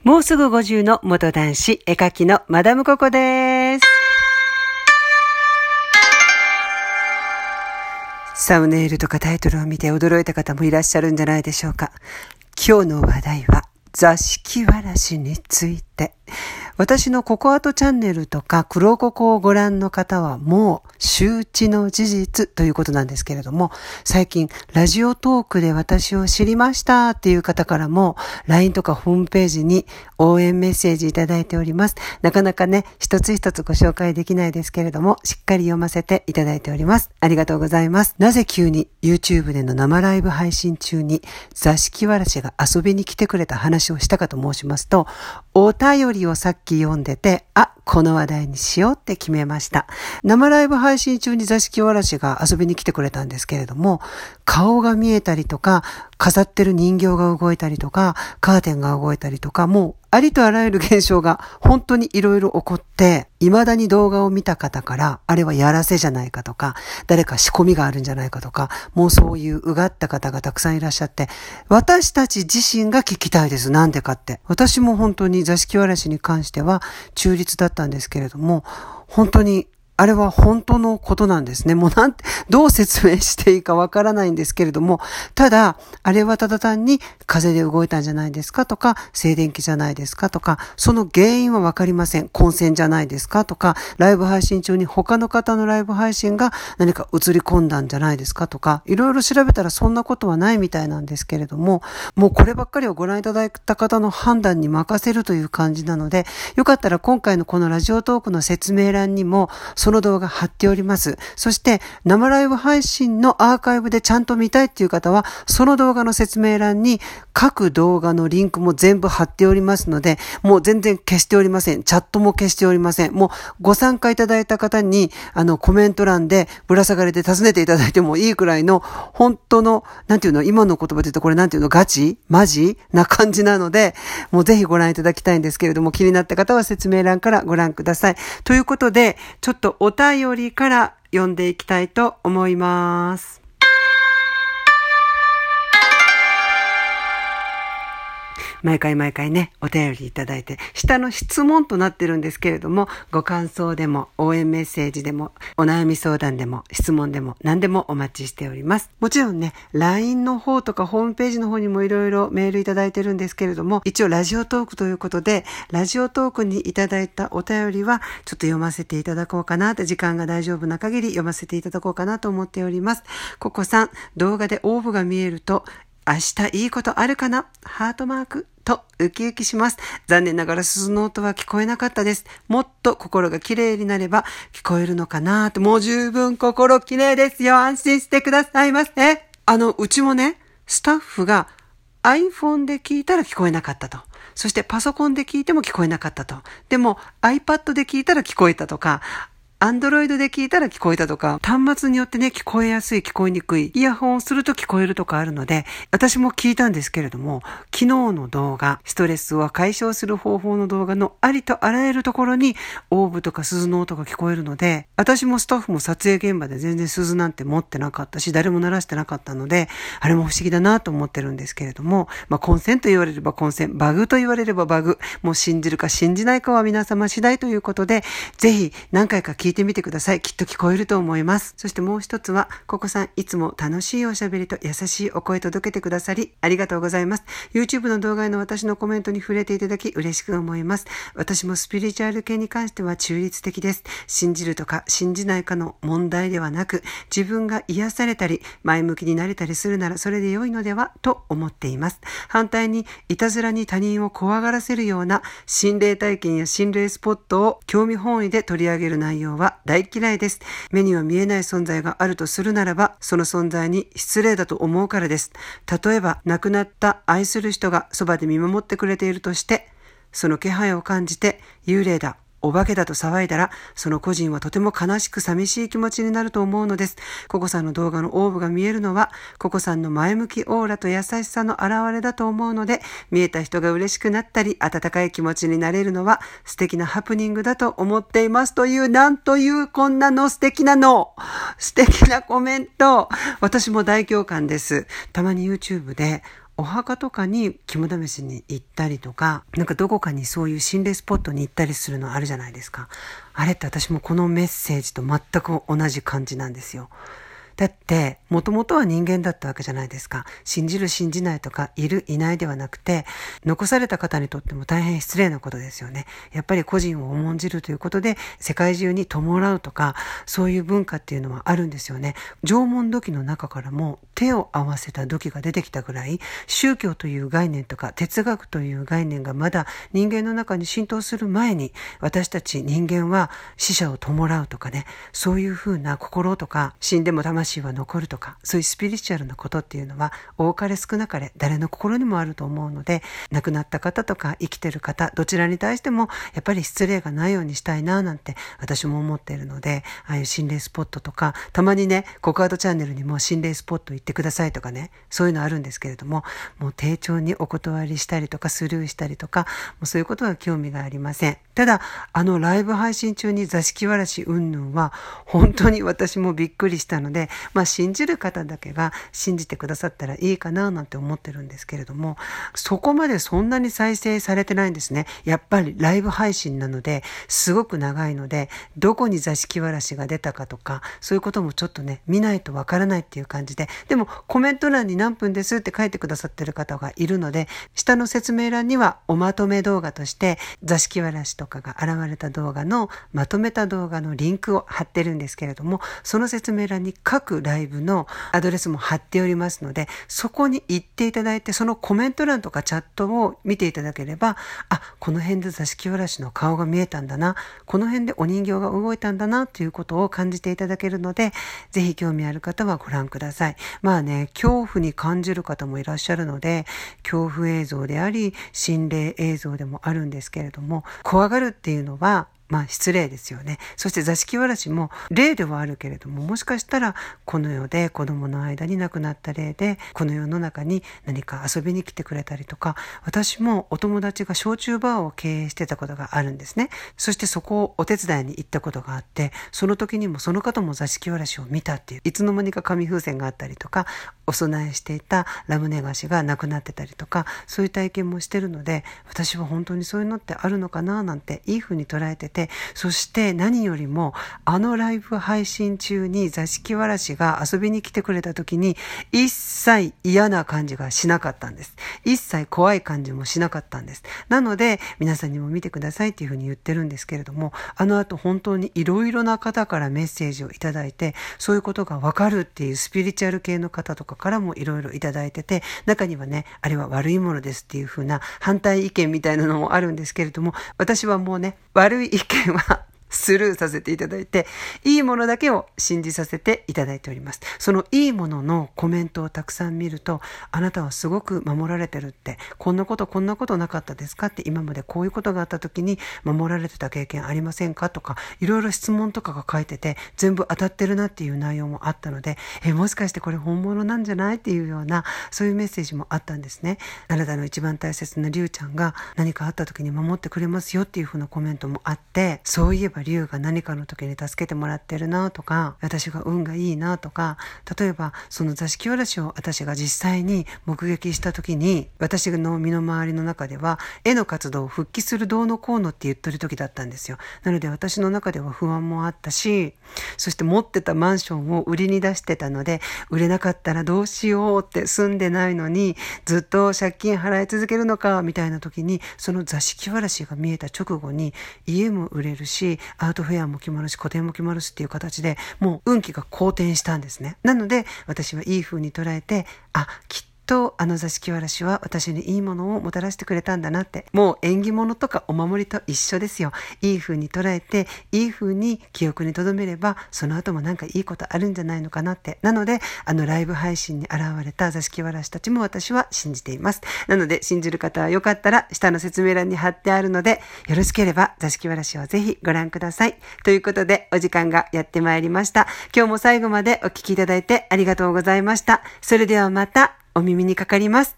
もうすぐ50の元男子絵描きのマダムココです。サムネイルとかタイトルを見て驚いた方もいらっしゃるんじゃないでしょうか。今日の話題は座敷わらしについて。私のココアトチャンネルとか黒ココをご覧の方はもう周知の事実ということなんですけれども、最近ラジオトークで私を知りましたっていう方からも LINE とかホームページに応援メッセージいただいております。なかなかね、一つ一つご紹介できないですけれども、しっかり読ませていただいております。ありがとうございます。なぜ急に YouTube での生ライブ配信中に座敷わらしが遊びに来てくれた話をしたかと申しますと、お便りをさっき読んでて、この話題にしようって決めました。生ライブ配信中に座敷わらしが遊びに来てくれたんですけれども、顔が見えたりとか、飾ってる人形が動いたりとか、カーテンが動いたりとか、もうありとあらゆる現象が本当にいろいろ起こって、未だに動画を見た方から、あれはやらせじゃないかとか、誰か仕込みがあるんじゃないかとか、もうそういううがった方がたくさんいらっしゃって、私たち自身が聞きたいです。なんでかって。私も本当に座敷わらしに関しては中立だったんですけれども、本当にあれは本当のことなんですね。もうどう説明していいかわからないんですけれども、ただ、あれはただ単に風で動いたんじゃないですかとか、静電気じゃないですかとか、その原因はわかりません。混線じゃないですかとか、ライブ配信中に他の方のライブ配信が何か映り込んだんじゃないですかとか、いろいろ調べたらそんなことはないみたいなんですけれども、もうこればっかりをご覧いただいた方の判断に任せるという感じなので、よかったら今回のこのラジオトークの説明欄にも、その動画貼っております。そして生ライブ配信のアーカイブでちゃんと見たいっていう方は、その動画の説明欄に各動画のリンクも全部貼っておりますので、もう全然消しておりません。チャットも消しておりません。もうご参加いただいた方にコメント欄でぶら下がりで尋ねていただいてもいいくらいの本当の今の言葉で言うとこれガチマジな感じなので、もうぜひご覧いただきたいんですけれども、気になった方は説明欄からご覧ください。ということで、ちょっとお便りから読んでいきたいと思います。毎回ね、お便りいただいて、下の質問となってるんですけれども、ご感想でも、応援メッセージでも、お悩み相談でも、質問でも、何でもお待ちしております。もちろんね、LINE の方とかホームページの方にもいろいろメールいただいてるんですけれども、一応ラジオトークということで、ラジオトークにいただいたお便りは、ちょっと読ませていただこうかなって、時間が大丈夫な限り読ませていただこうかなと思っております。ココさん、動画でオーブが見えると、明日いいことあるかな？ハートマークとウキウキします。残念ながら鈴の音は聞こえなかったです。もっと心が綺麗になれば聞こえるのかなと。もう十分心綺麗ですよ。安心してくださいませ。うちもね、スタッフが iPhone で聞いたら聞こえなかったと。そしてパソコンで聞いても聞こえなかったと。でも iPad で聞いたら聞こえたとか、Android で聞いたら聞こえたとか、端末によってね、聞こえやすい、聞こえにくい、イヤホンをすると聞こえるとかあるので、私も聞いたんですけれども、昨日の動画、ストレスを解消する方法の動画のありとあらゆるところに、オーブとか鈴の音が聞こえるので、私もスタッフも撮影現場で全然鈴なんて持ってなかったし、誰も鳴らしてなかったので、あれも不思議だなと思ってるんですけれども、混線と言われれば混線、バグと言われればバグ、もう信じるか信じないかは皆様次第ということで、ぜひ何回か聞いてみてください。きっと聞こえると思います。そしてもう一つは、ココさんいつも楽しいおしゃべりと優しいお声届けてくださりありがとうございます。YouTube の動画への私のコメントに触れていただき嬉しく思います。私もスピリチュアル系に関しては中立的です。信じるとか信じないかの問題ではなく、自分が癒されたり前向きになれたりするならそれで良いのではと思っています。反対にいたずらに他人を怖がらせるような心霊体験や心霊スポットを興味本位で取り上げる内容は大嫌いです。目には見えない存在があるとするならば、その存在に失礼だと思うからです。例えば、亡くなった愛する人がそばで見守ってくれているとして、その気配を感じて幽霊だ、お化けだと騒いだら、その個人はとても悲しく寂しい気持ちになると思うのです。ココさんの動画のオーブが見えるのは、ココさんの前向きオーラと優しさの表れだと思うので、見えた人が嬉しくなったり、温かい気持ちになれるのは素敵なハプニングだと思っていますという、なんというこんなの素敵なコメント。私も大共感です。たまに YouTube で、 お墓とかに肝試しに行ったりとか、なんかどこかにそういう心霊スポットに行ったりするのあるじゃないですか。あれって私もこのメッセージと全く同じ感じなんですよ。だって、もともとは人間だったわけじゃないですか。信じる信じないとか、いるいないではなくて、残された方にとっても大変失礼なことですよね。やっぱり個人を重んじるということで、世界中に弔うとか、そういう文化っていうのはあるんですよね。縄文土器の中からも手を合わせた土器が出てきたぐらい、宗教という概念とか、哲学という概念がまだ人間の中に浸透する前に、私たち人間は死者を弔うとかね、そういうふうな心とか、死んでも魂は残るとか、そういうスピリチュアルなことっていうのは多かれ少なかれ誰の心にもあると思うので、亡くなった方とか生きてる方どちらに対してもやっぱり失礼がないようにしたいななんて私も思っているので、ああいう心霊スポットとか、たまにねココアドチャンネルにも心霊スポット行ってくださいとかね、そういうのあるんですけれども、もう丁重にお断りしたりとかスルーしたりとか、もうそういうことは興味がありません。ただライブ配信中に座敷わらし云々は本当に私もびっくりしたので、信じる方だけが信じてくださったらいいかななんて思ってるんですけれども、そこまでそんなに再生されてないんですね。やっぱりライブ配信なのですごく長いので、どこに座敷わらしが出たかとかそういうこともちょっとね見ないとわからないっていう感じで、でもコメント欄に何分ですって書いてくださってる方がいるので、下の説明欄にはおまとめ動画として座敷わらしとかが現れた動画のまとめた動画のリンクを貼ってるんですけれども、その説明欄に各ライブのアドレスも貼っておりますので、そこに行っていただいて、そのコメント欄とかチャットを見ていただければ、この辺で座敷わらしの顔が見えたんだな、この辺でお人形が動いたんだなということを感じていただけるので、ぜひ興味ある方はご覧ください。恐怖に感じる方もいらっしゃるので、恐怖映像であり心霊映像でもあるんですけれども、怖がるっていうのは失礼ですよね。そして座敷わらしも霊ではあるけれども、もしかしたらこの世で子供の間に亡くなった霊で、この世の中に何か遊びに来てくれたりとか、私もお友達が焼酎バーを経営してたことがあるんですね。そしてそこをお手伝いに行ったことがあって、その時にもその方も座敷わらしを見たっていう、いつの間にか紙風船があったりとか、お供えしていたラムネ菓子がなくなってたりとか、そういう体験もしてるので、私は本当にそういうのってあるのかななんていい風に捉えてて、そして何よりもライブ配信中に座敷わらしが遊びに来てくれた時に一切嫌な感じがしなかったんです。一切怖い感じもしなかったんです。なので皆さんにも見てくださいっていうふうに言ってるんですけれども、後本当にいろいろな方からメッセージをいただいて、そういうことがわかるっていうスピリチュアル系の方とかからもいろいろいただいてて、中にはね、あれは悪いものですっていうふうな反対意見みたいなのもあるんですけれども、私はもうね、悪い意見はスルーさせていただいて、いいものだけを信じさせていただいております。そのいいもののコメントをたくさん見ると、あなたはすごく守られてるって、こんなことなかったですかって、今までこういうことがあった時に守られてた経験ありませんかとか、いろいろ質問とかが書いてて、全部当たってるなっていう内容もあったので、もしかしてこれ本物なんじゃないっていうような、そういうメッセージもあったんですね。あなたの一番大切なリュウちゃんが何かあった時に守ってくれますよっていう風なコメントもあって、そういえばリュウが何かの時に助けてもらってるなとか、私が運がいいなとか、例えばその座敷わらしを私が実際に目撃した時に、私の身の回りの中では絵の活動を復帰するどうのこうのって言ってる時だったんですよ。なので私の中では不安もあったし、そして持ってたマンションを売りに出してたので、売れなかったらどうしようって、住んでないのにずっと借金払い続けるのかみたいな時に、その座敷わらしが見えた直後に家も売れるし、アウトフェアも決まるし、個展も決まるしっていう形で、もう運気が好転したんですね。なので私はいい風に捉えて、きっと座敷わらしは私にいいものをもたらしてくれたんだなって、もう縁起物とかお守りと一緒ですよ。いい風に捉えて、いい風に記憶に留めれば、その後もなんかいいことあるんじゃないのかなって。なのでライブ配信に現れた座敷わらしたちも私は信じています。なので信じる方はよかったら下の説明欄に貼ってあるので、よろしければ座敷わらしをぜひご覧ください。ということでお時間がやってまいりました。今日も最後までお聞きいただいてありがとうございました。それではまたお耳にかかります。